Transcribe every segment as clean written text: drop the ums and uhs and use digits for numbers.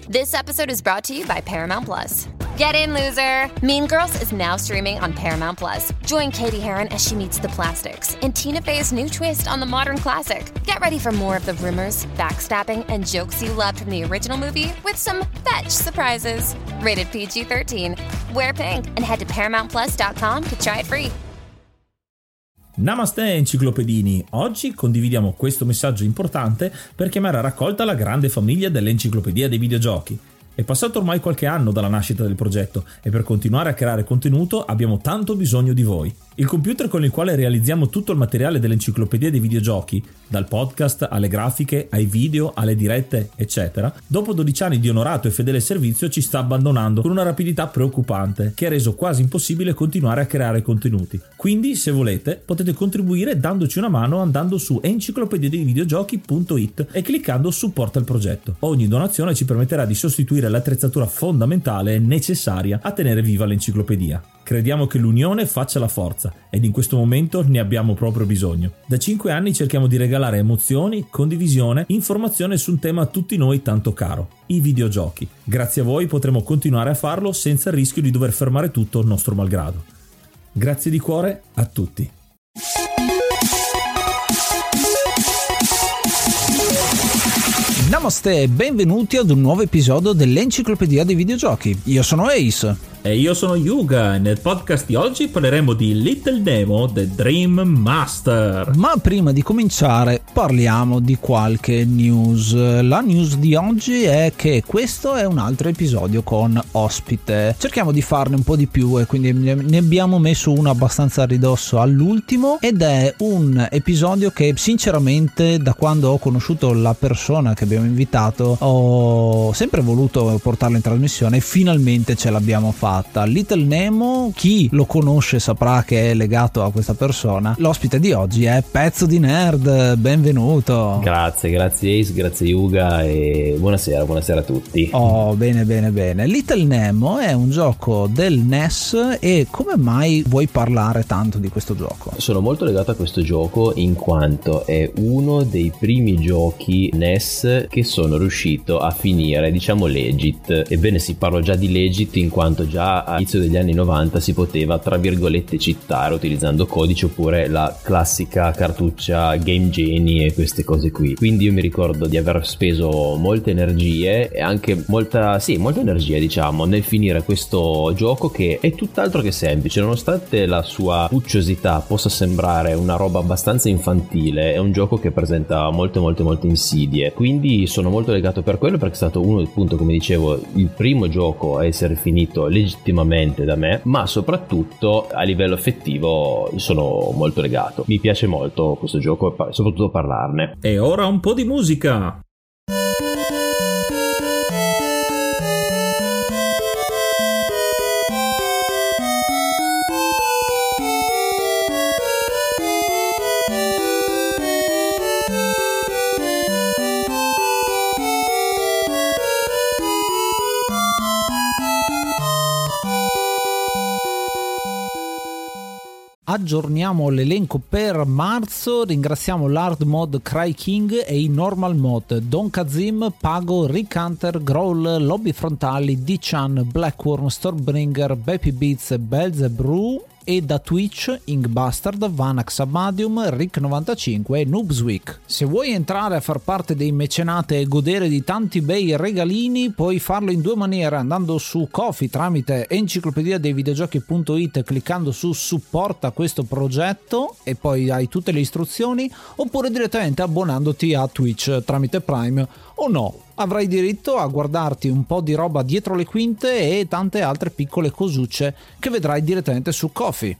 This episode is brought to you by Paramount Plus. Get in, loser! Mean Girls is now streaming on Paramount Plus. Join Katie Heron as she meets the plastics in Tina Fey's new twist on the modern classic. Get ready for more of the rumors, backstabbing, and jokes you loved from the original movie with some fetch surprises. Rated PG-13. Wear pink and head to ParamountPlus.com to try it free. Namaste enciclopedini, oggi condividiamo questo messaggio importante per chiamare a raccolta la grande famiglia dell'Enciclopedia dei Videogiochi. È passato ormai qualche anno dalla nascita del progetto e per continuare a creare contenuto abbiamo tanto bisogno di voi. Il computer con il quale realizziamo tutto il materiale dell'Enciclopedia dei Videogiochi, dal podcast alle grafiche, ai video, alle dirette, eccetera, dopo 12 anni di onorato e fedele servizio ci sta abbandonando con una rapidità preoccupante che ha reso quasi impossibile continuare a creare contenuti. Quindi, se volete, potete contribuire dandoci una mano andando su enciclopediadeivideogiochi.it e cliccando supporta il progetto. Ogni donazione ci permetterà di sostituire l'attrezzatura fondamentale e necessaria a tenere viva l'enciclopedia. Crediamo che l'unione faccia la forza ed in questo momento ne abbiamo proprio bisogno. Da 5 anni cerchiamo di regalare emozioni, condivisione, informazione su un tema a tutti noi tanto caro, i videogiochi. Grazie a voi potremo continuare a farlo senza il rischio di dover fermare tutto nostro malgrado. Grazie di cuore a tutti. Namaste e benvenuti ad un nuovo episodio dell'Enciclopedia dei Videogiochi. Io sono Ace. E io sono Yuga e nel podcast di oggi parleremo di Little Nemo The Dream Master. Ma prima di cominciare parliamo di qualche news. La news di oggi è che questo è un altro episodio con ospite. Cerchiamo di farne un po' di più e quindi ne abbiamo messo uno abbastanza a ridosso all'ultimo ed è un episodio che sinceramente da quando ho conosciuto la persona che abbiamo invitato ho sempre voluto portarlo in trasmissione e finalmente ce l'abbiamo fatta. Little Nemo, chi lo conosce saprà che è legato a questa persona. L'ospite di oggi è Pezzo di Nerd, benvenuto. Grazie Ace, grazie Yuga e buonasera a tutti. Oh, bene. Little Nemo è un gioco del NES e come mai vuoi parlare tanto di questo gioco? Sono molto legato a questo gioco in quanto è uno dei primi giochi NES che sono riuscito a finire, diciamo, legit. Ebbene sì, parlo già di legit in quanto già all'inizio degli anni 90 si poteva tra virgolette cheatare utilizzando codice oppure la classica cartuccia Game Genie e queste cose qui. Quindi io mi ricordo di aver speso molte energie e anche molta energia, diciamo, nel finire questo gioco che è tutt'altro che semplice. Nonostante la sua pucciosità possa sembrare una roba abbastanza infantile, è un gioco che presenta molte insidie. Quindi sono molto legato per quello, perché è stato uno, appunto, come dicevo, il primo gioco a essere finito legittimamente da me, ma soprattutto a livello affettivo sono molto legato. Mi piace molto questo gioco e soprattutto parlarne. E ora un po' di musica. Aggiorniamo l'elenco per marzo, ringraziamo l'hard mod Cry King e i normal mod Don Kazim, Pago, Rick Hunter, Growl, Lobby Frontali, D-Chan, Blackworm, Stormbringer, Baby Beats, Belzebrew e da Twitch Ink Bastard, Vanax Abadium, Rick95 e Noobsweek. Se vuoi entrare a far parte dei mecenate e godere di tanti bei regalini, puoi farlo in due maniere: andando su Ko-fi tramite enciclopediadeivideogiochi.it cliccando su supporta questo progetto e poi hai tutte le istruzioni, oppure direttamente abbonandoti a Twitch tramite Prime o no. Avrai diritto a guardarti un po' di roba dietro le quinte e tante altre piccole cosucce che vedrai direttamente su Ko-fi.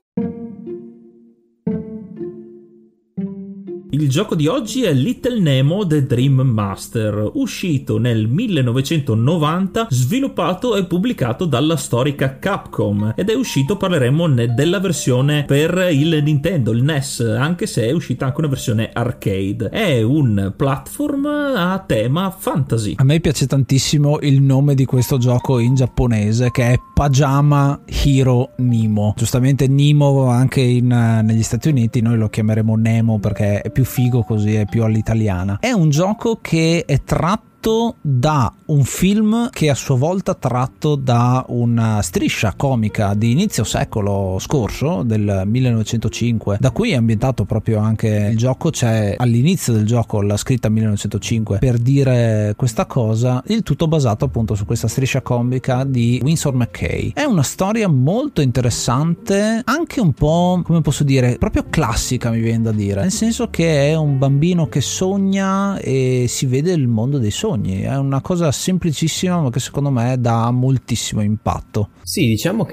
Il gioco di oggi è Little Nemo The Dream Master, uscito nel 1990, sviluppato e pubblicato dalla storica Capcom, ed è uscito, parleremo della versione per il Nintendo, il NES, anche se è uscita anche una versione arcade. È un platform a tema fantasy. A me piace tantissimo il nome di questo gioco in giapponese, che è Pajama Hero Nemo. Giustamente Nemo anche negli Stati Uniti noi lo chiameremo Nemo perché è più figo così, è più all'italiana. È un gioco che è tratto tratto da un film che a sua volta tratto da una striscia comica di inizio secolo scorso, del 1905, da cui è ambientato proprio anche il gioco. C'è all'inizio del gioco la scritta 1905 per dire questa cosa, il tutto basato appunto su questa striscia comica di Winsor McCay. È una storia molto interessante, anche un po', come posso dire, proprio classica, mi viene da dire, nel senso che è un bambino che sogna e si vede il mondo dei sogni. È una cosa semplicissima ma che secondo me dà moltissimo impatto. Sì, diciamo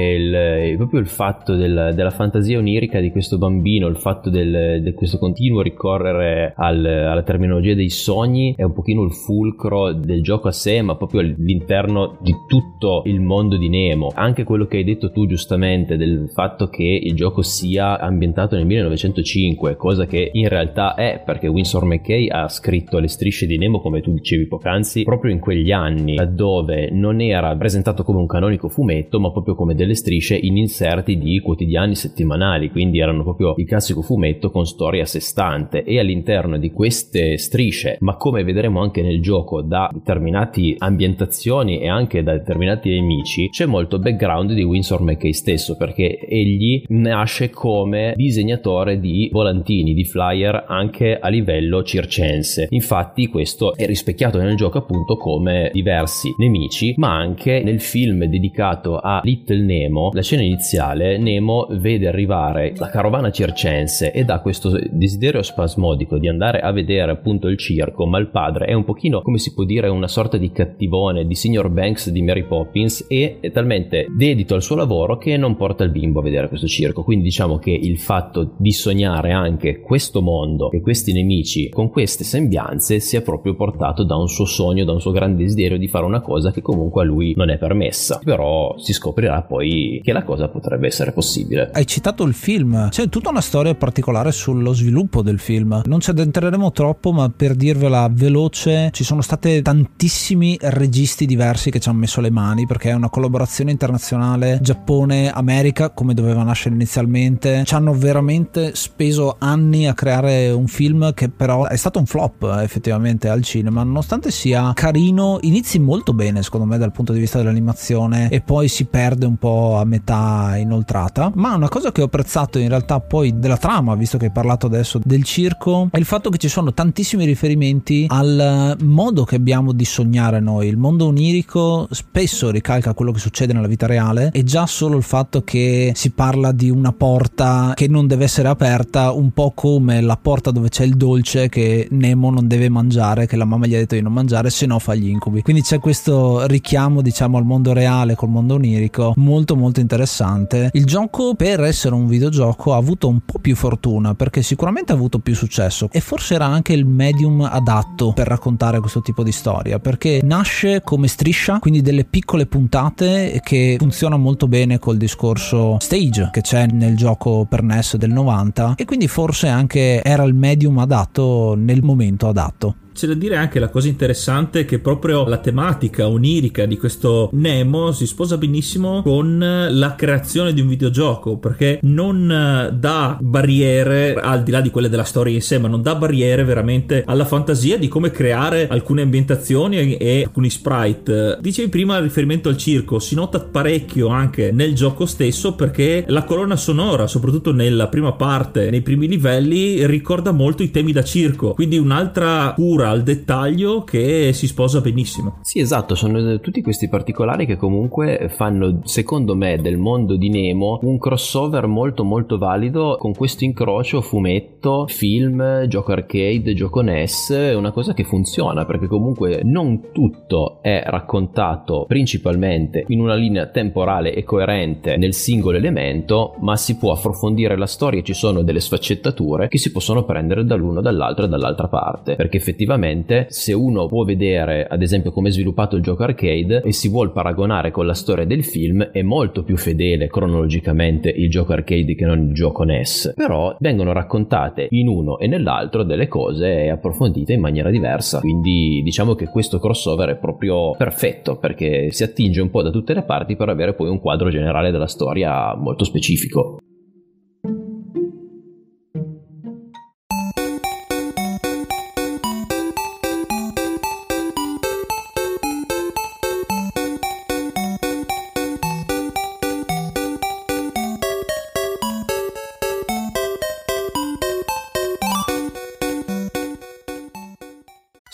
che è proprio il fatto della fantasia onirica di questo bambino, il fatto di questo continuo ricorrere alla terminologia dei sogni è un pochino il fulcro del gioco a sé, ma proprio all'interno di tutto il mondo di Nemo. Anche quello che hai detto tu giustamente del fatto che il gioco sia ambientato nel 1905, cosa che in realtà è, perché Winsor McCay ha scritto le strisce di Nemo, come tu dicevi poc'anzi, proprio in quegli anni, laddove non era presentato come un canonico fumetto, ma proprio come delle strisce in inserti di quotidiani settimanali, quindi erano proprio il classico fumetto con storia a sé stante. E all'interno di queste strisce, ma come vedremo anche nel gioco, da determinate ambientazioni e anche da determinati nemici, c'è molto background di Winsor McCay stesso, perché egli nasce come disegnatore di volantini, di flyer anche a livello circense. Infatti questo è rispecchiato nel gioco appunto come diversi nemici, ma anche nel film dedicato a Little Nemo, la scena iniziale, Nemo vede arrivare la carovana circense ed ha questo desiderio spasmodico di andare a vedere appunto il circo, ma il padre è un pochino, come si può dire, una sorta di cattivone, di Signor Banks di Mary Poppins, e è talmente dedito al suo lavoro che non porta il bimbo a vedere questo circo. Quindi diciamo che il fatto di sognare anche questo mondo e questi nemici con queste sembianze sia proprio portato da un suo sogno, da un suo grande desiderio di fare una cosa che comunque a lui non è permessa, però si scoprirà poi che la cosa potrebbe essere possibile. Hai citato il film, c'è tutta una storia particolare sullo sviluppo del film, non ci addentreremo troppo, ma per dirvela veloce, ci sono state tantissimi registi diversi che ci hanno messo le mani, perché è una collaborazione internazionale Giappone-America, come doveva nascere inizialmente. Ci hanno veramente speso anni a creare un film che però è stato un flop effettivamente al cinema, nonostante sia carino, inizi molto bene secondo me dal punto di vista dell'animazione e poi si perde un po' a metà inoltrata. Ma una cosa che ho apprezzato in realtà poi della trama, visto che hai parlato adesso del circo, è il fatto che ci sono tantissimi riferimenti al modo che abbiamo di sognare noi. Il mondo onirico spesso ricalca quello che succede nella vita reale, e già solo il fatto che si parla di una porta che non deve essere aperta, un po' come la porta dove c'è il dolce che Nemo non deve mangiare, che la mamma gli ha detto di non mangiare, se no fa gli incubi. Quindi c'è questo richiamo, diciamo, al mondo reale col mondo onirico, molto molto interessante. Il gioco, per essere un videogioco, ha avuto un po' più fortuna, perché sicuramente ha avuto più successo e forse era anche il medium adatto per raccontare questo tipo di storia, perché nasce come striscia, quindi delle piccole puntate che funziona molto bene col discorso stage che c'è nel gioco per NES del 90, e quindi forse anche era il medium adatto nel momento adatto. C'è da dire anche la cosa interessante che proprio la tematica onirica di questo Nemo si sposa benissimo con la creazione di un videogioco, perché non dà barriere al di là di quelle della storia in sé, ma non dà barriere veramente alla fantasia di come creare alcune ambientazioni e alcuni sprite. Dicevi prima il riferimento al circo, si nota parecchio anche nel gioco stesso, perché la colonna sonora, soprattutto nella prima parte, nei primi livelli, ricorda molto i temi da circo, quindi un'altra cura al dettaglio che si sposa benissimo. Sì, esatto, sono tutti questi particolari che comunque fanno, secondo me, del mondo di Nemo un crossover molto molto valido con questo incrocio fumetto, film, gioco arcade, gioco NES. È una cosa che funziona, perché comunque non tutto è raccontato principalmente in una linea temporale e coerente nel singolo elemento, ma si può approfondire la storia e ci sono delle sfaccettature che si possono prendere dall'uno, dall'altro e dall'altra parte, perché effettivamente se uno può vedere ad esempio come è sviluppato il gioco arcade e si vuol paragonare con la storia del film, è molto più fedele cronologicamente il gioco arcade che non il gioco NES, però vengono raccontate in uno e nell'altro delle cose approfondite in maniera diversa, quindi diciamo che questo crossover è proprio perfetto, perché si attinge un po' da tutte le parti per avere poi un quadro generale della storia molto specifico.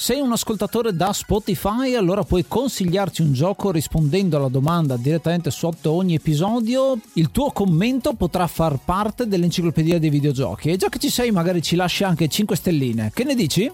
sei un ascoltatore da Spotify, allora puoi consigliarci un gioco rispondendo alla domanda direttamente sotto ogni episodio. Il tuo commento potrà far parte dell'enciclopedia dei videogiochi, e già che ci sei magari ci lasci anche 5 stelline. Che ne dici?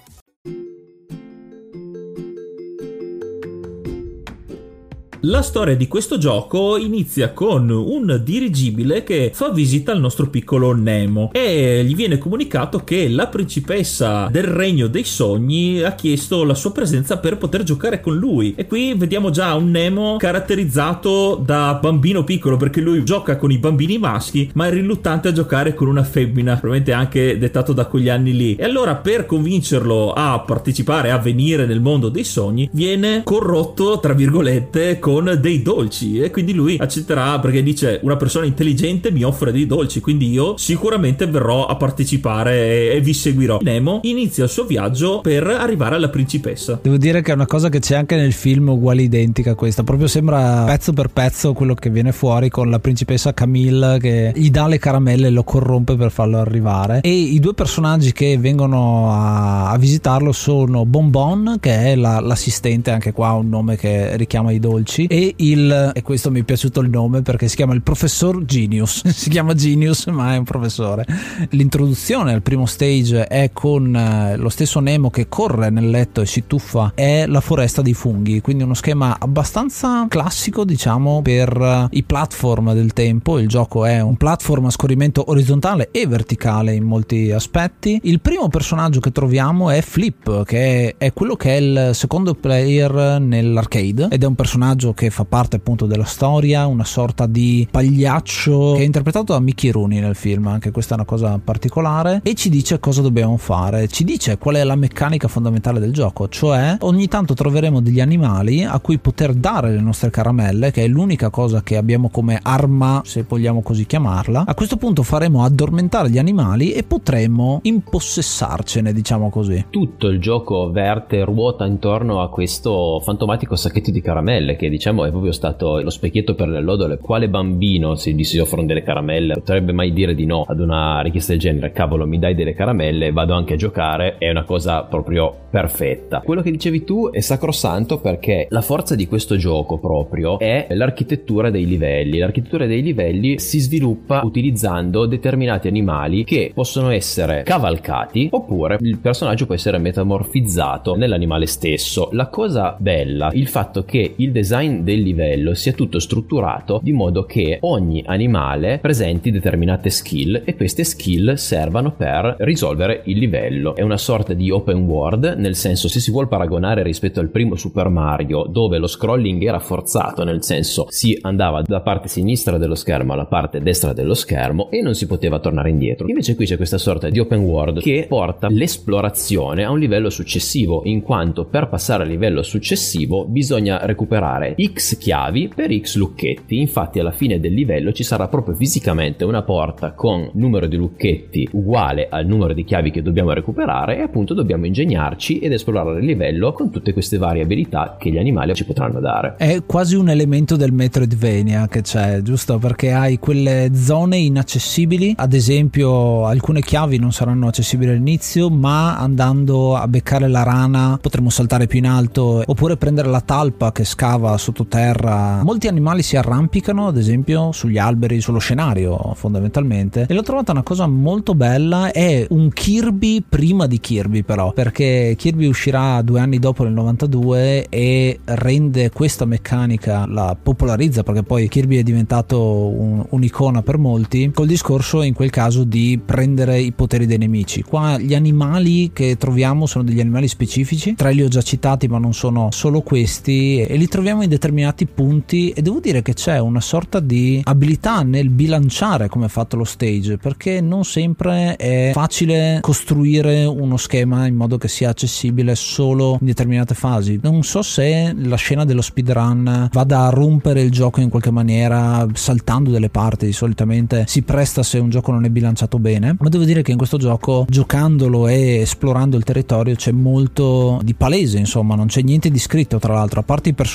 La storia di questo gioco inizia con un dirigibile che fa visita al nostro piccolo Nemo e gli viene comunicato che la principessa del Regno dei Sogni ha chiesto la sua presenza per poter giocare con lui. E qui vediamo già un Nemo caratterizzato da bambino piccolo, perché lui gioca con i bambini maschi ma è riluttante a giocare con una femmina, probabilmente anche dettato da quegli anni lì. E allora, per convincerlo a partecipare, a venire nel mondo dei sogni, viene corrotto tra virgolette con dei dolci, e quindi lui accetterà perché dice: una persona intelligente mi offre dei dolci, quindi io sicuramente verrò a partecipare e vi seguirò. Nemo inizia il suo viaggio per arrivare alla principessa. Devo dire che è una cosa che c'è anche nel film, uguale identica a questa, proprio sembra pezzo per pezzo quello che viene fuori con la principessa Camille che gli dà le caramelle e lo corrompe per farlo arrivare. E i due personaggi che vengono a visitarlo sono Bonbon, che è l'assistente, anche qua un nome che richiama i dolci, e questo mi è piaciuto il nome perché si chiama il professor Genius. Si chiama Genius ma è un professore. L'introduzione al primo stage è con lo stesso Nemo che corre nel letto e si tuffa. È la foresta dei funghi, quindi uno schema abbastanza classico, diciamo, per i platform del tempo. Il gioco è un platform a scorrimento orizzontale e verticale in molti aspetti. Il primo personaggio che troviamo è Flip, che è quello che è il secondo player nell'arcade, ed è un personaggio che fa parte appunto della storia, una sorta di pagliaccio che è interpretato da Mickey Rooney nel film, anche questa è una cosa particolare, e ci dice cosa dobbiamo fare, ci dice qual è la meccanica fondamentale del gioco, cioè ogni tanto troveremo degli animali a cui poter dare le nostre caramelle, che è l'unica cosa che abbiamo come arma, se vogliamo così chiamarla. A questo punto faremo addormentare gli animali e potremo impossessarcene, diciamo così. Tutto il gioco ruota intorno a questo fantomatico sacchetto di caramelle, che diciamo è proprio stato lo specchietto per le allodole. Quale bambino, se gli si offrono delle caramelle, potrebbe mai dire di no ad una richiesta del genere? Cavolo, mi dai delle caramelle, vado anche a giocare. È una cosa proprio perfetta. Quello che dicevi tu è sacrosanto, perché la forza di questo gioco proprio è l'architettura dei livelli. L'architettura dei livelli si sviluppa utilizzando determinati animali che possono essere cavalcati, oppure il personaggio può essere metamorfizzato nell'animale stesso. La cosa bella, il fatto che il design del livello sia tutto strutturato di modo che ogni animale presenti determinate skill, e queste skill servano per risolvere il livello. È una sorta di open world, nel senso, se si vuol paragonare rispetto al primo Super Mario, dove lo scrolling era forzato, nel senso si andava dalla parte sinistra dello schermo alla parte destra dello schermo e non si poteva tornare indietro. Invece qui c'è questa sorta di open world che porta l'esplorazione a un livello successivo, in quanto per passare al livello successivo bisogna recuperare X chiavi per X lucchetti. Infatti alla fine del livello ci sarà proprio fisicamente una porta con numero di lucchetti uguale al numero di chiavi che dobbiamo recuperare, e appunto dobbiamo ingegnarci ed esplorare il livello con tutte queste varie abilità che gli animali ci potranno dare. È quasi un elemento del Metroidvania che c'è, giusto? Perché hai quelle zone inaccessibili, ad esempio alcune chiavi non saranno accessibili all'inizio, ma andando a beccare la rana potremo saltare più in alto, oppure prendere la talpa che scava sottoterra. Molti animali si arrampicano, ad esempio, sugli alberi, sullo scenario fondamentalmente, e l'ho trovata una cosa molto bella. È un Kirby prima di Kirby, però, perché Kirby uscirà 2 anni dopo, nel 92, e rende questa meccanica, la popolarizza, perché poi Kirby è diventato un'icona per molti, col discorso in quel caso di prendere i poteri dei nemici. Qua gli animali che troviamo sono degli animali specifici, 3 li ho già citati ma non sono solo questi, e li troviamo in determinati punti, e devo dire che c'è una sorta di abilità nel bilanciare come è fatto lo stage, perché non sempre è facile costruire uno schema in modo che sia accessibile solo in determinate fasi. Non so se la scena dello speedrun vada a rompere il gioco in qualche maniera saltando delle parti, solitamente si presta se un gioco non è bilanciato bene, ma devo dire che in questo gioco, giocandolo e esplorando il territorio, c'è molto di palese, insomma non c'è niente di scritto, tra l'altro, a parte i personaggi che ti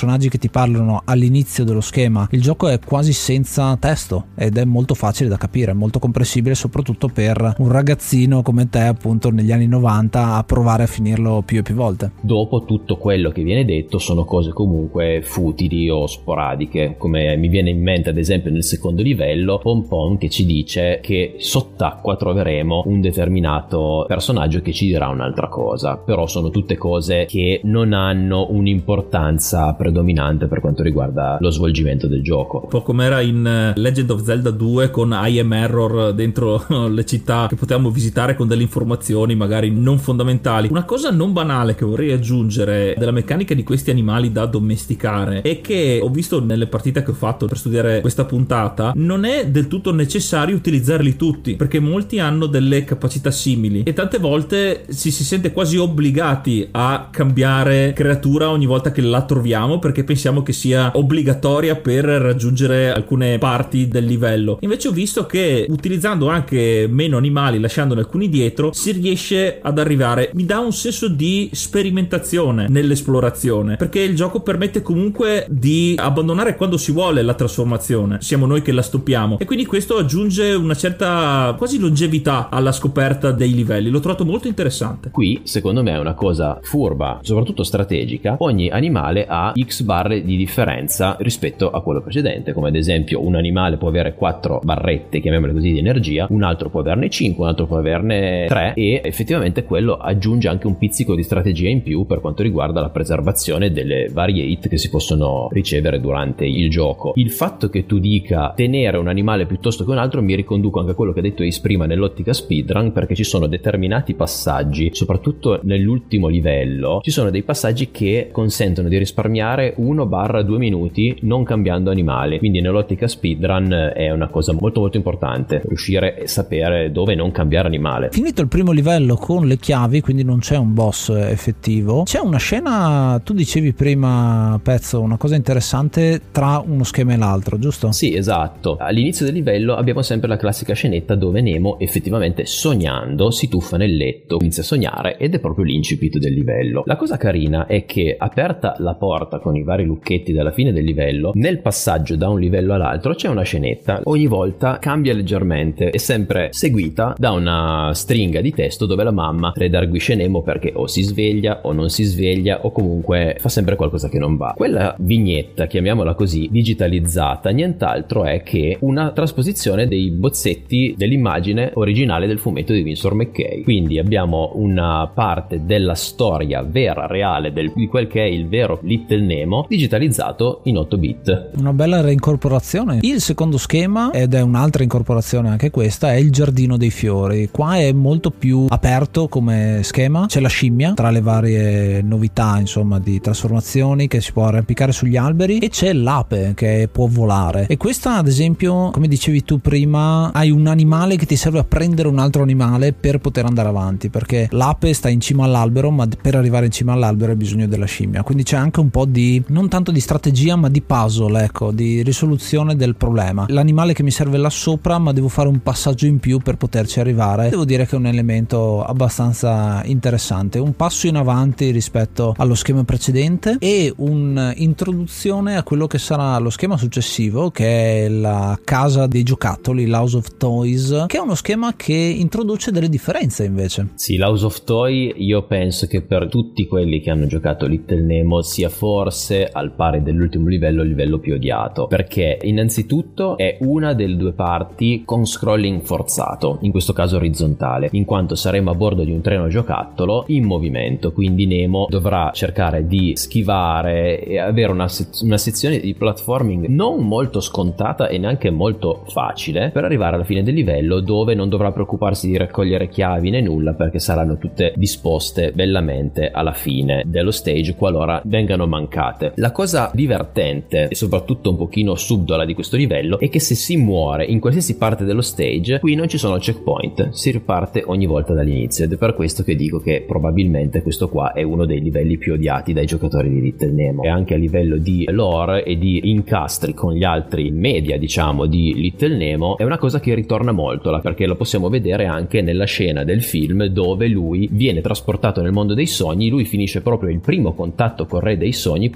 parlano all'inizio dello schema, il gioco è quasi senza testo ed è molto facile da capire, molto comprensibile, soprattutto per un ragazzino come te, appunto negli anni 90, a provare a finirlo più e più volte. Dopo tutto quello che viene detto sono cose comunque futili o sporadiche, come mi viene in mente ad esempio nel secondo livello Pompon che ci dice che sott'acqua troveremo un determinato personaggio che ci dirà un'altra cosa, però sono tutte cose che non hanno un'importanza predominante per quanto riguarda lo svolgimento del gioco. Un po' come era in Legend of Zelda 2 con I Am Error dentro le città che potevamo visitare con delle informazioni magari non fondamentali. Una cosa non banale che vorrei aggiungere della meccanica di questi animali da domesticare è che ho visto nelle partite che ho fatto per studiare questa puntata, non è del tutto necessario utilizzarli tutti, perché molti hanno delle capacità simili e tante volte si sente quasi obbligati a cambiare creatura ogni volta che la troviamo, perché pensiamo che sia obbligatoria per raggiungere alcune parti del livello. Invece ho visto che utilizzando anche meno animali, lasciandone alcuni dietro, si riesce ad arrivare. Mi dà un senso di sperimentazione nell'esplorazione, perché il gioco permette comunque di abbandonare quando si vuole la trasformazione, siamo noi che la stoppiamo, e quindi questo aggiunge una certa quasi longevità alla scoperta dei livelli. L'ho trovato molto interessante. Qui secondo me è una cosa furba, soprattutto strategica. Ogni animale ha X barre di differenza rispetto a quello precedente, come ad esempio un animale può avere 4 barrette, chiamiamole così, di energia, un altro può averne 5, un altro può averne 3, e effettivamente quello aggiunge anche un pizzico di strategia in più per quanto riguarda la preservazione delle varie hit che si possono ricevere durante il gioco. Il fatto che tu dica tenere un animale piuttosto che un altro mi riconduco anche a quello che ha detto Ace prima nell'ottica speedrun, perché ci sono determinati passaggi, soprattutto nell'ultimo livello, ci sono dei passaggi che consentono di risparmiare 1-2 minuti non cambiando animale, quindi nell'ottica speedrun è una cosa molto molto importante riuscire a sapere dove non cambiare animale. Finito il primo livello con le chiavi, quindi non c'è un boss effettivo, c'è una scena, tu dicevi prima Pezzo, una cosa interessante tra uno schema e l'altro, giusto? Sì, esatto. All'inizio del livello abbiamo sempre la classica scenetta dove Nemo effettivamente sognando si tuffa nel letto, inizia a sognare ed è proprio l'incipit del livello. La cosa carina è che aperta la porta con i vari lucchetti dalla fine del livello, nel passaggio da un livello all'altro c'è una scenetta, ogni volta cambia leggermente, è sempre seguita da una stringa di testo dove la mamma redarguisce Nemo perché o si sveglia o non si sveglia o comunque fa sempre qualcosa che non va. Quella vignetta, chiamiamola così, digitalizzata, nient'altro è che una trasposizione dei bozzetti dell'immagine originale del fumetto di Winsor McCay. Quindi abbiamo una parte della storia vera, reale, di quel che è il vero Little Nemo digitalizzato in 8 bit. Una bella reincorporazione. Il secondo schema, ed è un'altra incorporazione anche questa, è il giardino dei fiori. Qua è molto più aperto come schema, c'è la scimmia tra le varie novità insomma di trasformazioni, che si può arrampicare sugli alberi, e c'è l'ape che può volare. E questa ad esempio, come dicevi tu prima, hai un animale che ti serve a prendere un altro animale per poter andare avanti, perché l'ape sta in cima all'albero, ma per arrivare in cima all'albero hai bisogno della scimmia, quindi c'è anche un po' di, non tanto di strategia ma di puzzle, ecco, di risoluzione del problema. L'animale che mi serve là sopra, ma devo fare un passaggio in più per poterci arrivare. Devo dire che è un elemento abbastanza interessante, un passo in avanti rispetto allo schema precedente e un'introduzione a quello che sarà lo schema successivo, che è la casa dei giocattoli, l'House of Toys, che è uno schema che introduce delle differenze invece. Sì, l'House of Toy io penso che per tutti quelli che hanno giocato Little Nemo sia forse al pari dell'ultimo livello il livello più odiato, perché innanzitutto è una delle due parti con scrolling forzato, in questo caso orizzontale, in quanto saremo a bordo di un treno giocattolo in movimento, quindi Nemo dovrà cercare di schivare e avere una sezione di platforming non molto scontata e neanche molto facile per arrivare alla fine del livello, dove non dovrà preoccuparsi di raccogliere chiavi né nulla, perché saranno tutte disposte bellamente alla fine dello stage qualora vengano mancate. La cosa divertente e soprattutto un pochino subdola di questo livello è che se si muore in qualsiasi parte dello stage, qui non ci sono checkpoint, si riparte ogni volta dall'inizio, ed è per questo che dico che probabilmente questo qua è uno dei livelli più odiati dai giocatori di Little Nemo. E anche a livello di lore e di incastri con gli altri media, diciamo, di Little Nemo, è una cosa che ritorna molto, perché lo possiamo vedere anche nella scena del film dove lui viene trasportato nel mondo dei sogni. Lui finisce proprio il primo contatto con Re dei Sogni, proprio ce l'ha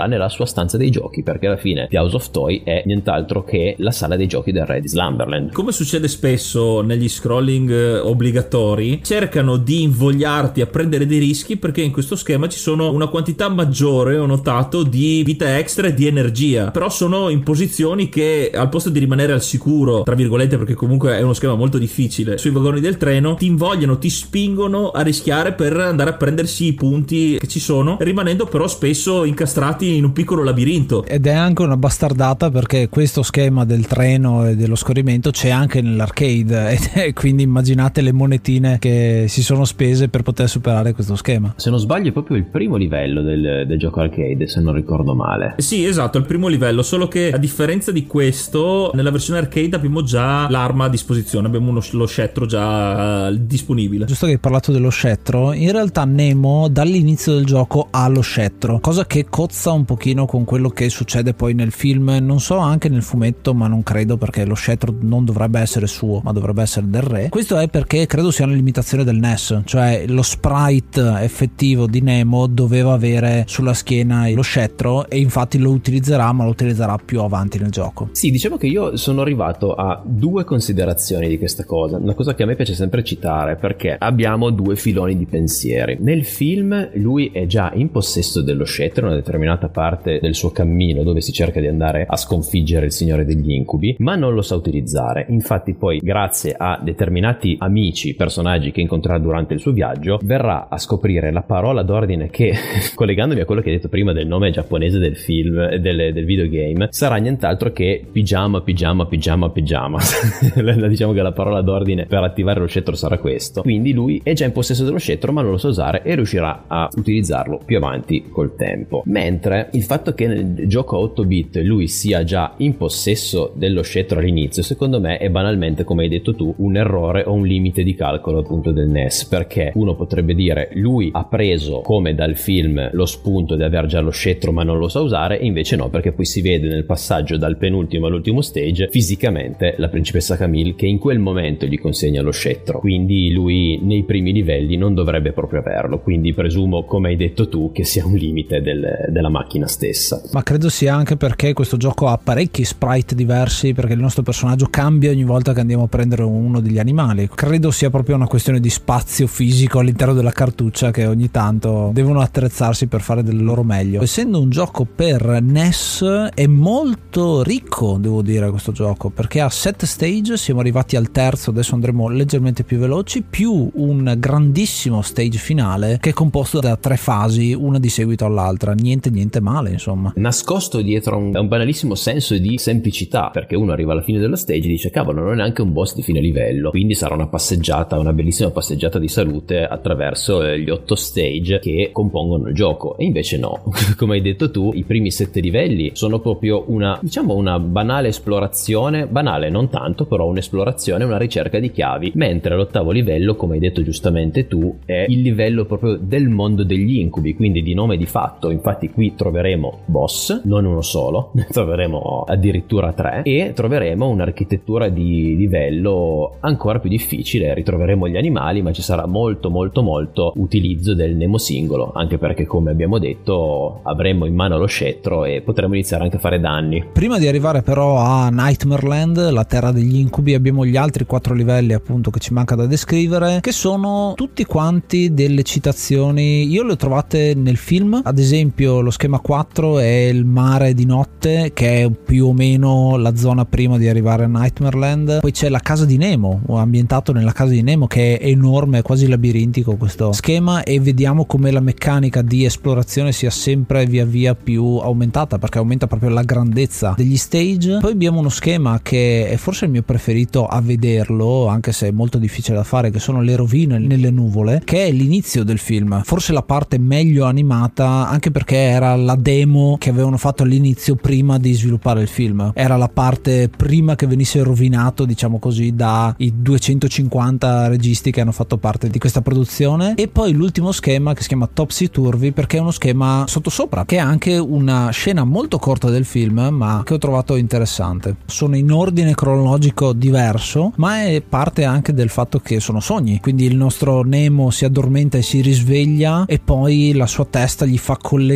trasformerà nella sua stanza dei giochi, perché alla fine The House of Toy è nient'altro che la sala dei giochi del re di Slumberland. Come succede spesso negli scrolling obbligatori, cercano di invogliarti a prendere dei rischi, perché in questo schema ci sono una quantità maggiore, ho notato, di vita extra e di energia, però sono in posizioni che, al posto di rimanere al sicuro, tra virgolette, perché comunque è uno schema molto difficile, sui vagoni del treno, ti invogliano, ti spingono a rischiare per andare a prendersi i punti che ci sono, rimanendo però spesso incastrati in un piccolo labirinto. Ed è anche una bastardata, perché questo schema del treno e dello scorrimento c'è anche nell'arcade, e quindi immaginate le monetine che si sono spese per poter superare questo schema. Se non sbaglio è proprio il primo livello del gioco arcade, se non ricordo male. Sì, esatto, il primo livello, solo che a differenza di questo, nella versione arcade abbiamo già l'arma a disposizione, abbiamo lo scettro già disponibile. Giusto che hai parlato dello scettro, in realtà Nemo dall'inizio del gioco ha lo scettro, cosa che cozza un pochino con quello che succede poi nel film, non so anche nel fumetto, ma non credo, perché lo scettro non dovrebbe essere suo, ma dovrebbe essere del re. Questo è perché credo sia una limitazione del NES, cioè lo sprite effettivo di Nemo doveva avere sulla schiena lo scettro, e infatti lo utilizzerà, ma lo utilizzerà più avanti nel gioco. Sì, diciamo che io sono arrivato a due considerazioni di questa cosa, una cosa che a me piace sempre citare, perché abbiamo due filoni di pensieri. Nel film lui è già in possesso dello scettro, una determinata parte del suo cammino dove si cerca di andare a sconfiggere il signore degli incubi, ma non lo sa utilizzare. Infatti poi, grazie a determinati amici, personaggi che incontrerà durante il suo viaggio, verrà a scoprire la parola d'ordine che, collegandomi a quello che hai detto prima del nome giapponese del film, del videogame, sarà nient'altro che pigiama. Diciamo che la parola d'ordine per attivare lo scettro sarà questo. Quindi lui è già in possesso dello scettro, ma non lo sa usare, e riuscirà a utilizzarlo più avanti col tempo. Mentre il fatto che nel gioco a 8 bit lui sia già in possesso dello scettro all'inizio, secondo me è banalmente, come hai detto tu, un errore o un limite di calcolo appunto del NES, perché uno potrebbe dire lui ha preso, come dal film, lo spunto di aver già lo scettro ma non lo sa usare, e invece no, perché poi si vede nel passaggio dal penultimo all'ultimo stage fisicamente la principessa Camille che in quel momento gli consegna lo scettro, quindi lui nei primi livelli non dovrebbe proprio averlo, quindi presumo, come hai detto tu, che sia un limite della macchina stessa. Ma credo sia anche perché questo gioco ha parecchi sprite diversi, perché il nostro personaggio cambia ogni volta che andiamo a prendere uno degli animali. Credo sia proprio una questione di spazio fisico all'interno della cartuccia, che ogni tanto devono attrezzarsi per fare del loro meglio. Essendo un gioco per NES è molto ricco, devo dire, questo gioco, perché ha 7 stage, siamo arrivati al terzo, adesso andremo leggermente più veloci, più un grandissimo stage finale che è composto da 3 fasi, una di seguito all'altra. Niente male, insomma. Nascosto dietro a un banalissimo senso di semplicità, perché uno arriva alla fine dello stage e dice cavolo, non è neanche un boss di fine livello, quindi sarà una passeggiata, una bellissima passeggiata di salute attraverso gli 8 stage che compongono il gioco. E invece no, come hai detto tu, i primi 7 livelli sono proprio una banale esplorazione, banale non tanto, però un'esplorazione, una ricerca di chiavi, mentre l'8º livello, come hai detto giustamente tu, è il livello proprio del mondo degli incubi, quindi di nome di fatto. Infatti qui troveremo boss, non uno solo, ne troveremo addirittura 3, e troveremo un'architettura di livello ancora più difficile, ritroveremo gli animali, ma ci sarà molto utilizzo del Nemo singolo, anche perché, come abbiamo detto, avremo in mano lo scettro e potremo iniziare anche a fare danni. Prima di arrivare però a Nightmare Land, la terra degli incubi, abbiamo gli altri 4 livelli appunto che ci manca da descrivere, che sono tutti quanti delle citazioni. Io le ho trovate nel film, ad esempio lo schema 4 è il mare di notte, che è più o meno la zona prima di arrivare a Nightmare Land. Poi c'è la casa di Nemo, ambientato nella casa di Nemo, che è enorme, è quasi labirintico questo schema, e vediamo come la meccanica di esplorazione sia sempre via via più aumentata, perché aumenta proprio la grandezza degli stage. Poi abbiamo uno schema che è forse il mio preferito a vederlo, anche se è molto difficile da fare, che sono le rovine nelle nuvole, che è l'inizio del film, forse la parte meglio animata, anche perché era la demo che avevano fatto all'inizio prima di sviluppare il film, era la parte prima che venisse rovinato, diciamo così, dai 250 registi che hanno fatto parte di questa produzione. E poi l'ultimo schema, che si chiama Topsy Turvy, perché è uno schema sottosopra, che è anche una scena molto corta del film, ma che ho trovato interessante. Sono in ordine cronologico diverso, ma è parte anche del fatto che sono sogni, quindi il nostro Nemo si addormenta e si risveglia, e poi la sua testa gli fa collegare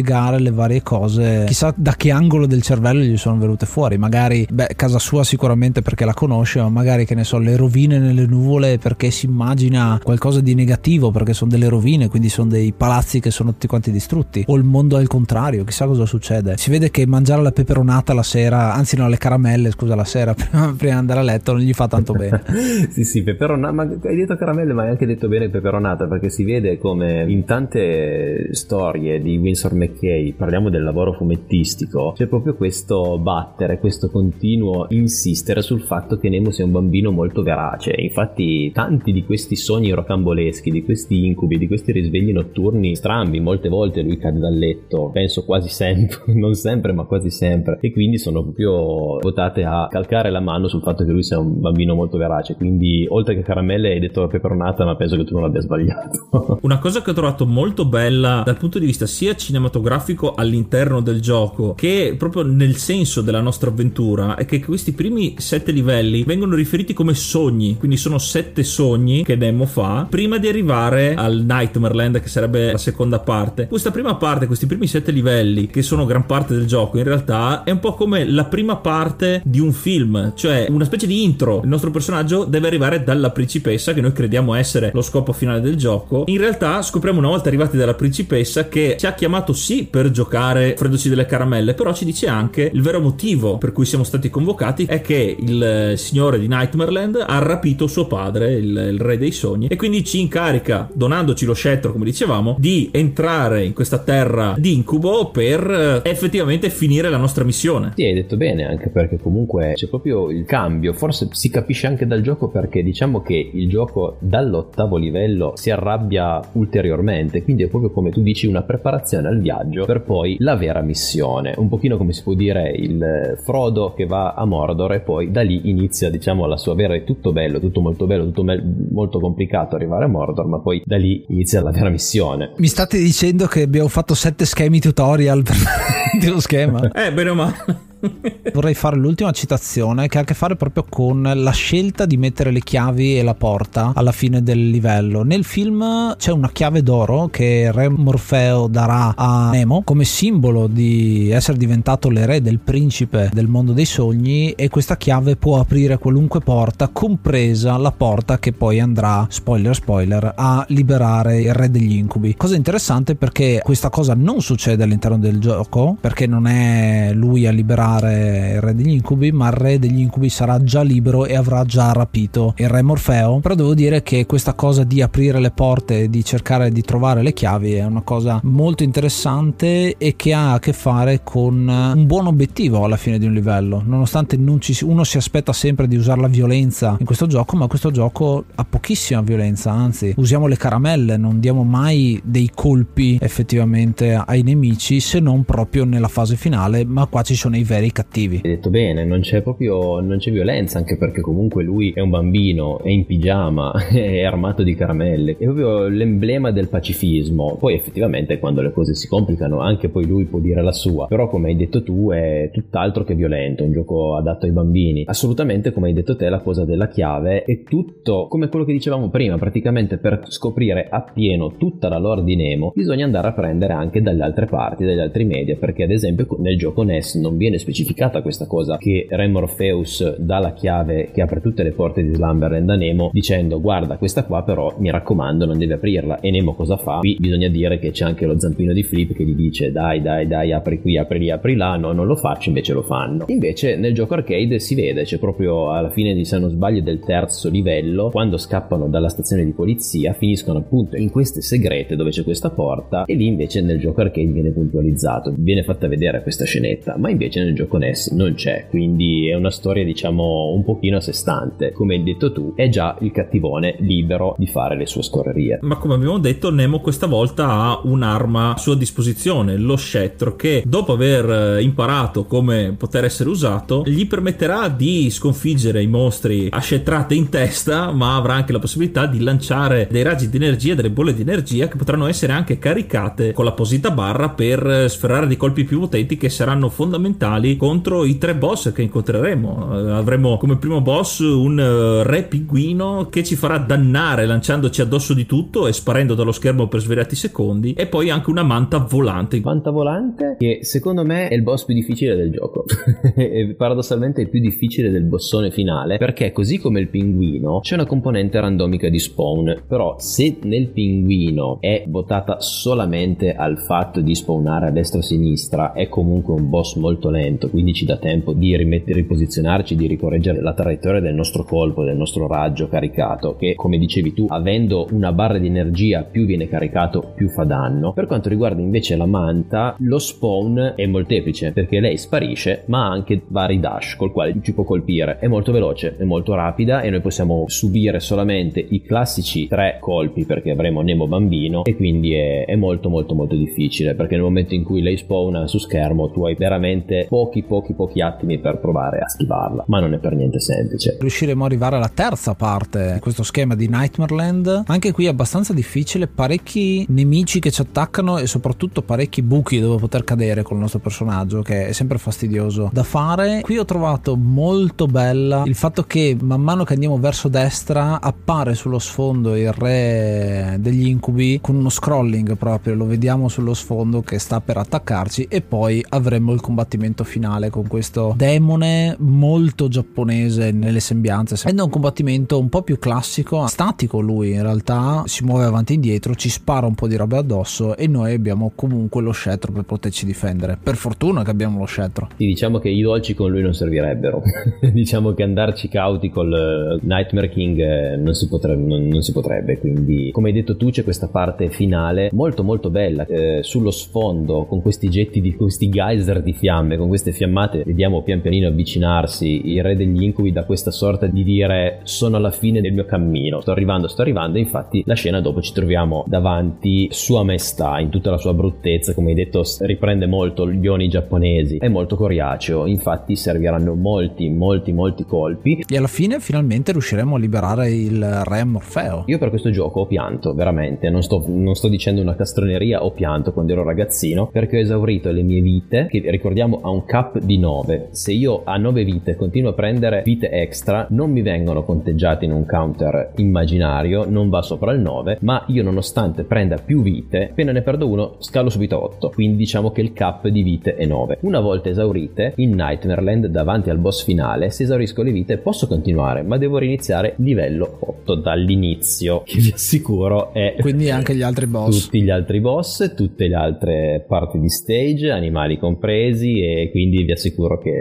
le varie cose, chissà da che angolo del cervello gli sono venute fuori. Magari casa sua sicuramente perché la conosce, ma magari, che ne so, le rovine nelle nuvole perché si immagina qualcosa di negativo, perché sono delle rovine, quindi sono dei palazzi che sono tutti quanti distrutti, o il mondo al contrario, chissà cosa succede. Si vede che mangiare la peperonata la sera, anzi no, le caramelle, scusa, la sera prima di andare a letto non gli fa tanto bene. sì, peperonata, ma hai detto caramelle, ma hai anche detto bene peperonata, perché si vede come in tante storie di Winsor McCay, parliamo del lavoro fumettistico, c'è proprio questo battere, questo continuo insistere sul fatto che Nemo sia un bambino molto verace. Infatti tanti di questi sogni rocamboleschi, di questi incubi, di questi risvegli notturni strambi, molte volte lui cade dal letto, penso quasi sempre, non sempre ma quasi sempre, e quindi sono proprio votate a calcare la mano sul fatto che lui sia un bambino molto verace. Quindi oltre che caramelle hai detto peperonata, ma penso che tu non abbia sbagliato. Una cosa che ho trovato molto bella dal punto di vista sia cinematografico all'interno del gioco che proprio nel senso della nostra avventura è che questi primi 7 livelli vengono riferiti come sogni, quindi sono 7 sogni che Nemo fa prima di arrivare al Nightmare Land, che sarebbe la seconda parte. Questa prima parte, questi primi 7 livelli, che sono gran parte del gioco, in realtà è un po' come la prima parte di un film, cioè una specie di intro. Il nostro personaggio deve arrivare dalla principessa, che noi crediamo essere lo scopo finale del gioco. In realtà scopriamo una volta arrivati dalla principessa che ci ha chiamato sì per giocare offrendoci delle caramelle, però ci dice anche il vero motivo per cui siamo stati convocati è che il signore di Nightmare Land ha rapito suo padre, il re dei sogni, e quindi ci incarica, donandoci lo scettro, come dicevamo, di entrare in questa terra di incubo per effettivamente finire la nostra missione. Sì, hai detto bene, anche perché comunque c'è proprio il cambio. Forse si capisce anche dal gioco, perché diciamo che il gioco dall'8° livello si arrabbia ulteriormente, quindi è proprio, come tu dici, una preparazione al viaggio per poi la vera missione, un pochino come si può dire il Frodo che va a Mordor e poi da lì inizia, diciamo, la sua vera, è tutto bello, tutto molto bello, tutto molto complicato arrivare a Mordor, ma poi da lì inizia la vera missione. Mi state dicendo che abbiamo fatto 7 schemi tutorial per lo schema? Bene o male. Vorrei fare l'ultima citazione, che ha a che fare proprio con la scelta di mettere le chiavi e la porta alla fine del livello. Nel film c'è una chiave d'oro che Re Morfeo darà a Nemo come simbolo di essere diventato l'erede del principe del mondo dei sogni, e questa chiave può aprire qualunque porta, compresa la porta che poi andrà, spoiler, a liberare il re degli incubi. Cosa interessante, perché questa cosa non succede all'interno del gioco, perché non è lui a liberare il re degli incubi, ma il re degli incubi sarà già libero e avrà già rapito il re Morfeo. Però devo dire che questa cosa di aprire le porte e di cercare di trovare le chiavi è una cosa molto interessante e che ha a che fare con un buon obiettivo alla fine di un livello, nonostante uno si aspetta sempre di usare la violenza in questo gioco, ma questo gioco ha pochissima violenza, anzi usiamo le caramelle, non diamo mai dei colpi effettivamente ai nemici, se non proprio nella fase finale, ma qua ci sono i veri cattivi. Hai detto bene, non c'è violenza, anche perché comunque lui è un bambino, è in pigiama, è armato di caramelle, è proprio l'emblema del pacifismo. Poi effettivamente quando le cose si complicano anche poi lui può dire la sua, però come hai detto tu è tutt'altro che violento, un gioco adatto ai bambini. Assolutamente, come hai detto te, la cosa della chiave è tutto come quello che dicevamo prima, praticamente per scoprire appieno tutta la lore di Nemo bisogna andare a prendere anche dalle altre parti, dagli altri media, perché ad esempio nel gioco NES non viene specificata questa cosa, che Re Morpheus dà la chiave che apre tutte le porte di Slumberland a Nemo dicendo guarda questa qua però mi raccomando non devi aprirla, e Nemo cosa fa? Qui bisogna dire che c'è anche lo zampino di Flip che gli dice dai apri qui, apri lì, apri là, no non lo faccio, invece lo fanno. Invece nel gioco arcade si vede, c'è proprio alla fine di, se non sbaglio, del 3° livello, quando scappano dalla stazione di polizia finiscono appunto in queste segrete dove c'è questa porta, e lì invece nel gioco arcade viene puntualizzato, viene fatta vedere questa scenetta, ma invece nel gioco NES non c'è, quindi è una storia diciamo un pochino a sé stante. Come hai detto tu, è già il cattivone libero di fare le sue scorrerie. Ma come abbiamo detto, Nemo questa volta ha un'arma a sua disposizione, lo scettro, che dopo aver imparato come poter essere usato gli permetterà di sconfiggere i mostri a scetrate in testa, ma avrà anche la possibilità di lanciare dei raggi di energia, delle bolle di energia che potranno essere anche caricate con l'apposita barra per sferrare dei colpi più potenti che saranno fondamentali finali contro i 3 boss che incontreremo. Avremo come primo boss un re pinguino che ci farà dannare lanciandoci addosso di tutto e sparendo dallo schermo per svariati secondi, e poi anche una manta volante che secondo me è il boss più difficile del gioco e paradossalmente il più difficile del bossone finale, perché così come il pinguino c'è una componente randomica di spawn. Però se nel pinguino è votata solamente al fatto di spawnare a destra o a sinistra, è comunque un boss molto lento, quindi ci dà tempo di riposizionarci, di ricorreggere la traiettoria del nostro colpo, del nostro raggio caricato, che come dicevi tu, avendo una barra di energia, più viene caricato più fa danno. Per quanto riguarda invece la manta, lo spawn è molteplice, perché lei sparisce ma ha anche vari dash col quale ci può colpire. È molto veloce, è molto rapida e noi possiamo subire solamente i classici 3 colpi perché avremo Nemo bambino, e quindi è molto molto molto difficile, perché nel momento in cui lei spawna su schermo tu hai veramente pochi attimi per provare a schivarla, ma non è per niente semplice. Riusciremo ad arrivare alla terza parte di questo schema di Nightmare Land. Anche qui è abbastanza difficile, parecchi nemici che ci attaccano e soprattutto parecchi buchi dove poter cadere con il nostro personaggio, che è sempre fastidioso da fare. Qui ho trovato molto bella il fatto che man mano che andiamo verso destra appare sullo sfondo il re degli incubi con uno scrolling, proprio lo vediamo sullo sfondo che sta per attaccarci, e poi avremo il combattimento finale con questo demone molto giapponese nelle sembianze. È un combattimento un po' più classico, statico. Lui in realtà si muove avanti e indietro, ci spara un po' di roba addosso e noi abbiamo comunque lo scettro per poterci difendere. Per fortuna che abbiamo lo scettro. Sì, diciamo che i dolci con lui non servirebbero. Diciamo che andarci cauti col Nightmare King non si potrebbe, quindi come hai detto tu c'è questa parte finale molto molto bella, sullo sfondo con questi getti di questi geyser di fiamme, con queste fiammate vediamo pian pianino avvicinarsi il re degli incubi, da questa sorta di dire sono alla fine del mio cammino, sto arrivando. Infatti la scena dopo ci troviamo davanti Sua Maestà in tutta la sua bruttezza, come hai detto riprende molto gli oni giapponesi, è molto coriaceo, infatti serviranno molti colpi e alla fine finalmente riusciremo a liberare il re Morfeo. Io per questo gioco ho pianto veramente, non sto dicendo una castroneria, ho pianto quando ero ragazzino perché ho esaurito le mie vite, che ricordiamo ha un cap di 9. Se io a 9 vite continuo a prendere vite extra non mi vengono conteggiate in un counter immaginario, non va sopra il 9, ma io nonostante prenda più vite, appena ne perdo uno scalo subito a 8, quindi diciamo che il cap di vite è 9. Una volta esaurite in Nightmare Land davanti al boss finale, se esaurisco le vite posso continuare, ma devo riniziare livello 8 dall'inizio, che vi assicuro è quindi anche gli altri boss, tutti gli altri boss, tutte le altre parti di stage, animali compresi, e quindi vi assicuro che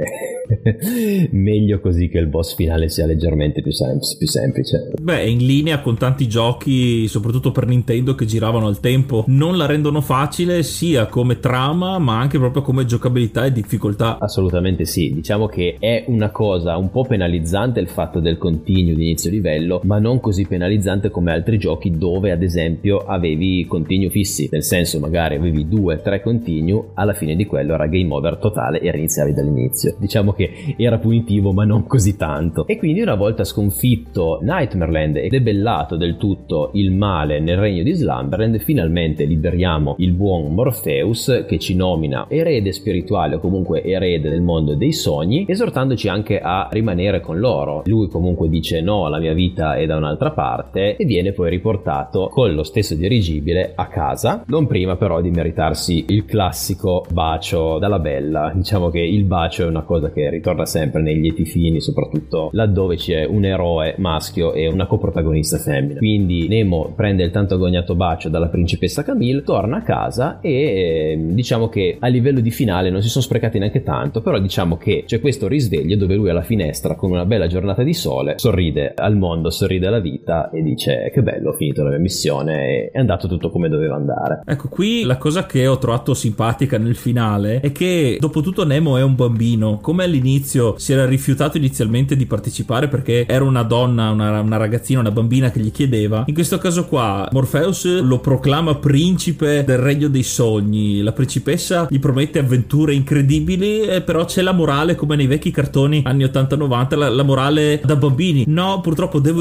meglio così, che il boss finale sia leggermente più semplice. Beh, è in linea con tanti giochi, soprattutto per Nintendo, che giravano al tempo, non la rendono facile sia come trama ma anche proprio come giocabilità e difficoltà. Assolutamente sì, diciamo che è una cosa un po' penalizzante il fatto del continuo di inizio livello, ma non così penalizzante come altri giochi dove ad esempio avevi continue fissi, nel senso magari avevi 2-3 continue, alla fine di quello era game over totale e riniziavi dall'inizio. Diciamo che era punitivo ma non così tanto, e quindi una volta sconfitto Nightmare Land e debellato del tutto il male nel regno di Slumberland, finalmente liberiamo il buon Morpheus, che ci nomina erede spirituale o comunque erede del mondo dei sogni, esortandoci anche a rimanere con loro. Lui comunque dice no, la mia vita è da un'altra parte, e viene poi riportato con lo stesso dirigibile a casa, non prima però di meritarsi il classico bacio dalla bella. Diciamo che il bacio è una cosa che ritorna sempre nei lieti fini, soprattutto laddove c'è un eroe maschio e una coprotagonista femmina. Quindi Nemo prende il tanto agognato bacio dalla principessa Camille, torna a casa e diciamo che a livello di finale non si sono sprecati neanche tanto, però diciamo che c'è questo risveglio dove lui alla finestra con una bella giornata di sole sorride al mondo, sorride alla vita e dice che bello, ho finito la mia missione, è andato tutto come doveva andare. Ecco, qui la cosa che ho trovato simpatica nel finale è che dopo tutto Nemo è un bambino, come all'inizio si era rifiutato inizialmente di partecipare perché era una donna, una ragazzina, una bambina che gli chiedeva. In questo caso qua Morpheus lo proclama principe del regno dei sogni, la principessa gli promette avventure incredibili, però c'è la morale come nei vecchi cartoni anni 80-90, la morale da bambini: no, purtroppo devo rifiutare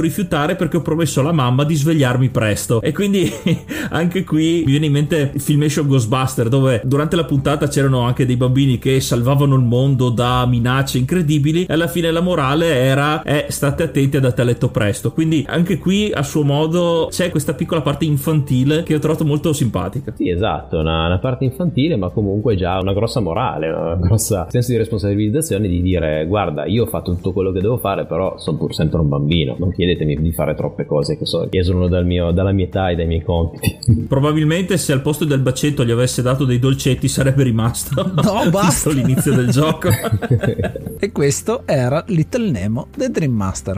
giocare perché ho promesso alla mamma di svegliarmi presto. E quindi anche qui mi viene in mente il Filmation Ghostbuster, dove durante la puntata c'erano anche dei bambini che salvavano il mondo da minacce incredibili, e alla fine la morale era state attenti ad andare a letto presto. Quindi anche qui a suo modo c'è questa piccola parte infantile che ho trovato molto simpatica. Sì, esatto, una parte infantile, ma comunque già una grossa morale, un grosso senso di responsabilizzazione, di dire: guarda, io ho fatto tutto quello che devo fare, però sono pur sempre un bambino, non chiedetemi di fare troppe cose che esulano dalla mia età e dai miei compiti. Probabilmente se al posto del bacetto gli avesse dato dei dolcetti sarebbe rimasto. No, basta. L'inizio del gioco. E questo era Little Nemo The Dream Master.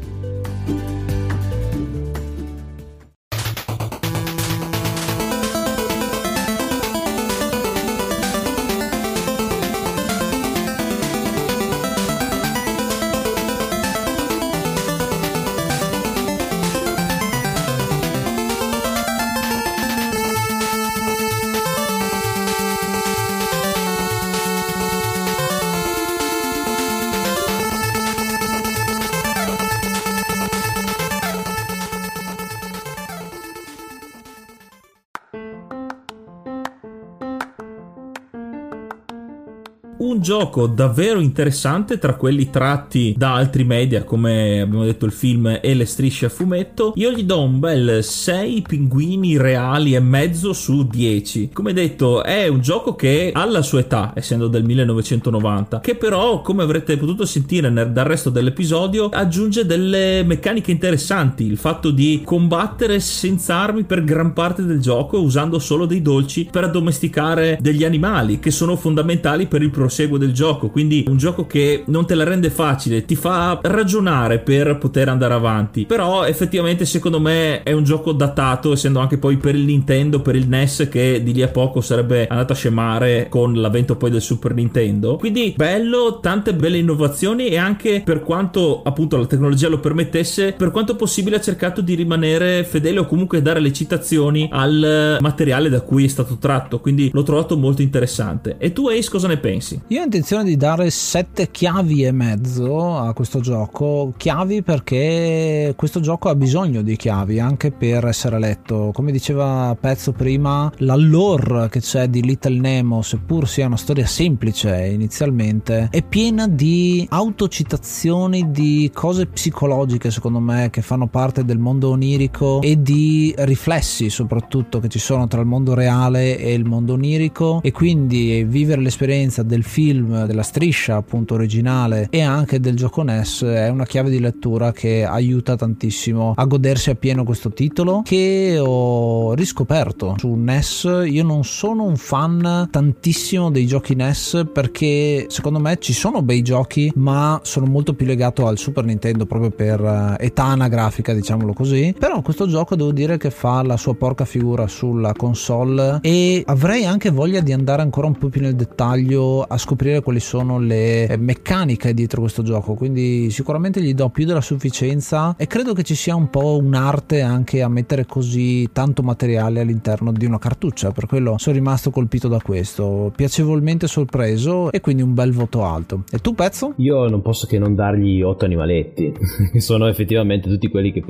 Un gioco davvero interessante tra quelli tratti da altri media, come abbiamo detto il film e le strisce a fumetto. Io gli do un bel 6 pinguini reali e mezzo su 10. Come detto, è un gioco che ha la sua età, essendo del 1990, che però, come avrete potuto sentire dal resto dell'episodio, aggiunge delle meccaniche interessanti. Il fatto di combattere senza armi per gran parte del gioco, usando solo dei dolci per addomesticare degli animali, che sono fondamentali per il proseguo del gioco. Quindi un gioco che non te la rende facile, ti fa ragionare per poter andare avanti, però effettivamente secondo me è un gioco datato, essendo anche poi per il Nintendo, per il NES, che di lì a poco sarebbe andato a scemare con l'avvento poi del Super Nintendo. Quindi bello, tante belle innovazioni, e anche, per quanto appunto la tecnologia lo permettesse, per quanto possibile ha cercato di rimanere fedele, o comunque dare le citazioni al materiale da cui è stato tratto. Quindi l'ho trovato molto interessante. E tu, Ace, cosa ne pensi? Io ho intenzione di dare 7 chiavi e mezzo a questo gioco. Chiavi perché questo gioco ha bisogno di chiavi anche per essere letto. Come diceva Pezzo prima, la lore che c'è di Little Nemo, seppur sia una storia semplice inizialmente, è piena di autocitazioni, di cose psicologiche, secondo me, che fanno parte del mondo onirico, e di riflessi soprattutto che ci sono tra il mondo reale e il mondo onirico. E quindi vivere l'esperienza del film, della striscia appunto originale, e anche del gioco NES è una chiave di lettura che aiuta tantissimo a godersi appieno questo titolo, che ho riscoperto su NES. Io non sono un fan tantissimo dei giochi NES, perché secondo me ci sono bei giochi, ma sono molto più legato al Super Nintendo proprio per età anagrafica, diciamolo così. Però questo gioco devo dire che fa la sua porca figura sulla console, e avrei anche voglia di andare ancora un po' più nel dettaglio a scoprire quali sono le meccaniche dietro questo gioco. Quindi sicuramente gli do più della sufficienza, e credo che ci sia un po' un'arte anche a mettere così tanto materiale all'interno di una cartuccia. Per quello sono rimasto colpito da questo, piacevolmente sorpreso, e quindi un bel voto alto. E tu, Pezzo? Io non posso che non dargli 8 animaletti, che sono effettivamente tutti quelli che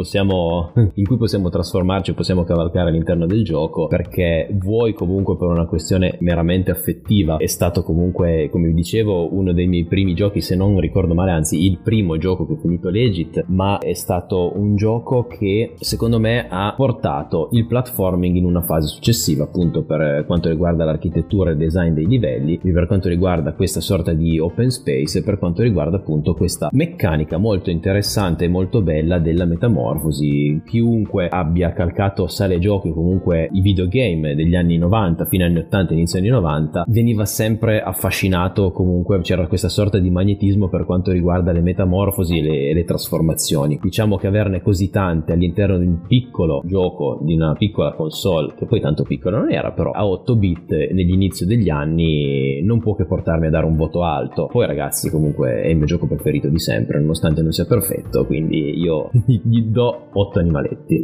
in cui possiamo trasformarci, possiamo cavalcare all'interno del gioco, perché vuoi comunque per una questione meramente affettiva, è stato comunque, come vi dicevo, uno dei miei primi giochi, se non ricordo male, anzi il primo gioco che ho finito Legit, ma è stato un gioco che secondo me ha portato il platforming in una fase successiva, appunto per quanto riguarda l'architettura e il design dei livelli, per quanto riguarda questa sorta di open space, e per quanto riguarda appunto questa meccanica molto interessante e molto bella della metamorfosi. Chiunque abbia calcato sale giochi, comunque i videogame degli anni 90, fine anni 80, inizio anni 90, veniva sempre affascinato, comunque c'era questa sorta di magnetismo per quanto riguarda le metamorfosi e le trasformazioni. Diciamo che averne così tante all'interno di un piccolo gioco, di una piccola console, che poi tanto piccola non era, però a 8 bit negli inizi degli anni, non può che portarmi a dare un voto alto. Poi ragazzi, comunque è il mio gioco preferito di sempre, nonostante non sia perfetto, quindi io gli do 8 animaletti.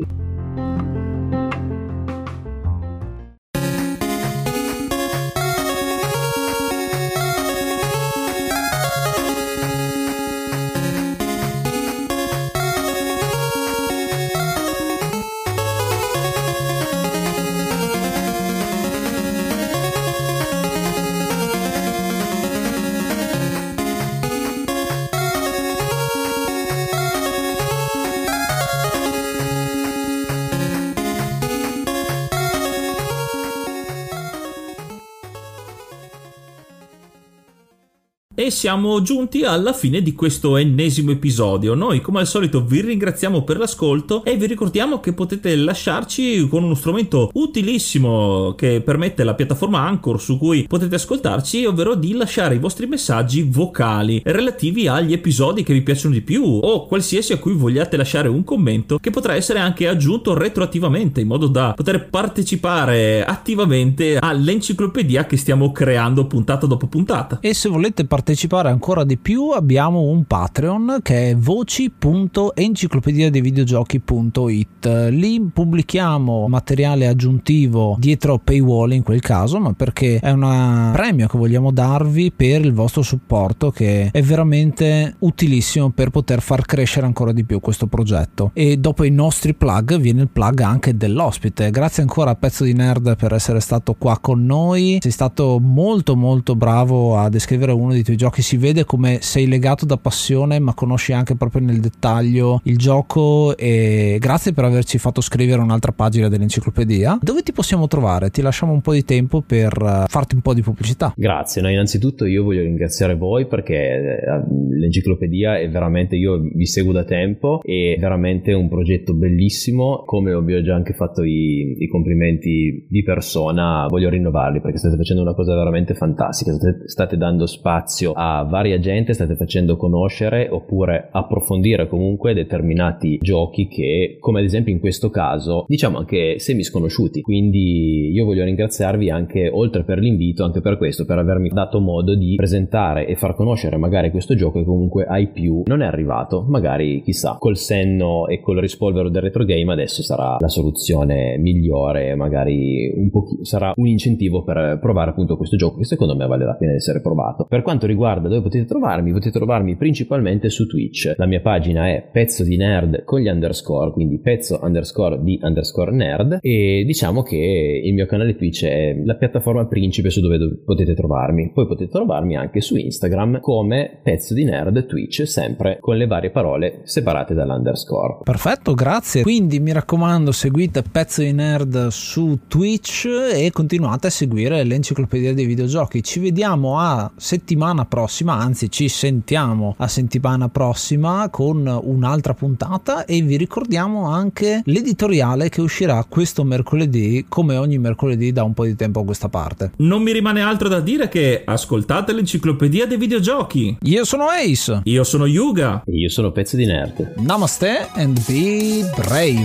E siamo giunti alla fine di questo ennesimo episodio. Noi come al solito vi ringraziamo per l'ascolto e vi ricordiamo che potete lasciarci con uno strumento utilissimo che permette la piattaforma Anchor su cui potete ascoltarci, ovvero di lasciare i vostri messaggi vocali relativi agli episodi che vi piacciono di più o qualsiasi a cui vogliate lasciare un commento che potrà essere anche aggiunto retroattivamente in modo da poter partecipare attivamente all'enciclopedia che stiamo creando puntata dopo puntata. E se volete partecipare ancora di più abbiamo un Patreon che è voci.enciclopediadeivideogiochi.it. Lì pubblichiamo materiale aggiuntivo dietro paywall in quel caso, ma perché è un premio che vogliamo darvi per il vostro supporto, che è veramente utilissimo per poter far crescere ancora di più questo progetto. E dopo i nostri plug viene il plug anche dell'ospite. Grazie ancora a Pezzo di Nerd per essere stato qua con noi, sei stato molto bravo a descrivere uno dei tuoi giochi, si vede come sei legato da passione ma conosci anche proprio nel dettaglio il gioco, e grazie per averci fatto scrivere un'altra pagina dell'enciclopedia. Dove ti possiamo trovare? Ti lasciamo un po' di tempo per farti un po' di pubblicità. Grazie, no, innanzitutto io voglio ringraziare voi perché l'enciclopedia è veramente, io vi seguo da tempo, è veramente un progetto bellissimo. Come vi ho già anche fatto i complimenti di persona, voglio rinnovarli perché state facendo una cosa veramente fantastica, state dando spazio a varia gente, state facendo conoscere oppure approfondire comunque determinati giochi che, come ad esempio in questo caso, diciamo anche semi sconosciuti. Quindi io voglio ringraziarvi anche, oltre per l'invito, anche per questo, per avermi dato modo di presentare e far conoscere magari questo gioco che comunque ai più non è arrivato. Magari chissà, col senno e col rispolvero del retro game adesso sarà la soluzione migliore, magari sarà un incentivo per provare appunto questo gioco che secondo me vale la pena di essere provato. Per quanto riguarda dove potete trovarmi principalmente su Twitch. La mia pagina è Pezzo di Nerd con gli underscore, quindi pezzo_di_nerd, e diciamo che il mio canale Twitch è la piattaforma principe su dove potete trovarmi. Poi potete trovarmi anche su Instagram come Pezzo di Nerd Twitch, sempre con le varie parole separate dall'underscore. Perfetto, grazie. Quindi mi raccomando, seguite Pezzo di Nerd su Twitch e continuate a seguire l'enciclopedia dei videogiochi. Ci vediamo a settimana prossima, anzi ci sentiamo a settimana prossima con un'altra puntata, e vi ricordiamo anche l'editoriale che uscirà questo mercoledì, come ogni mercoledì da un po' di tempo a questa parte. Non mi rimane altro da dire che ascoltate l'enciclopedia dei videogiochi. Io sono Ace. Io sono Yuga. E io sono Pezzo di Nerd. Namaste and be brave.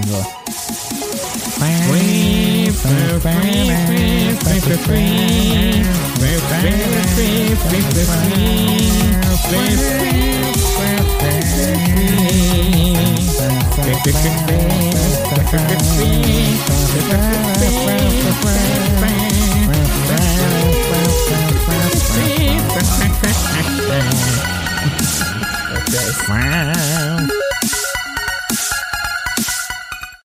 Okay.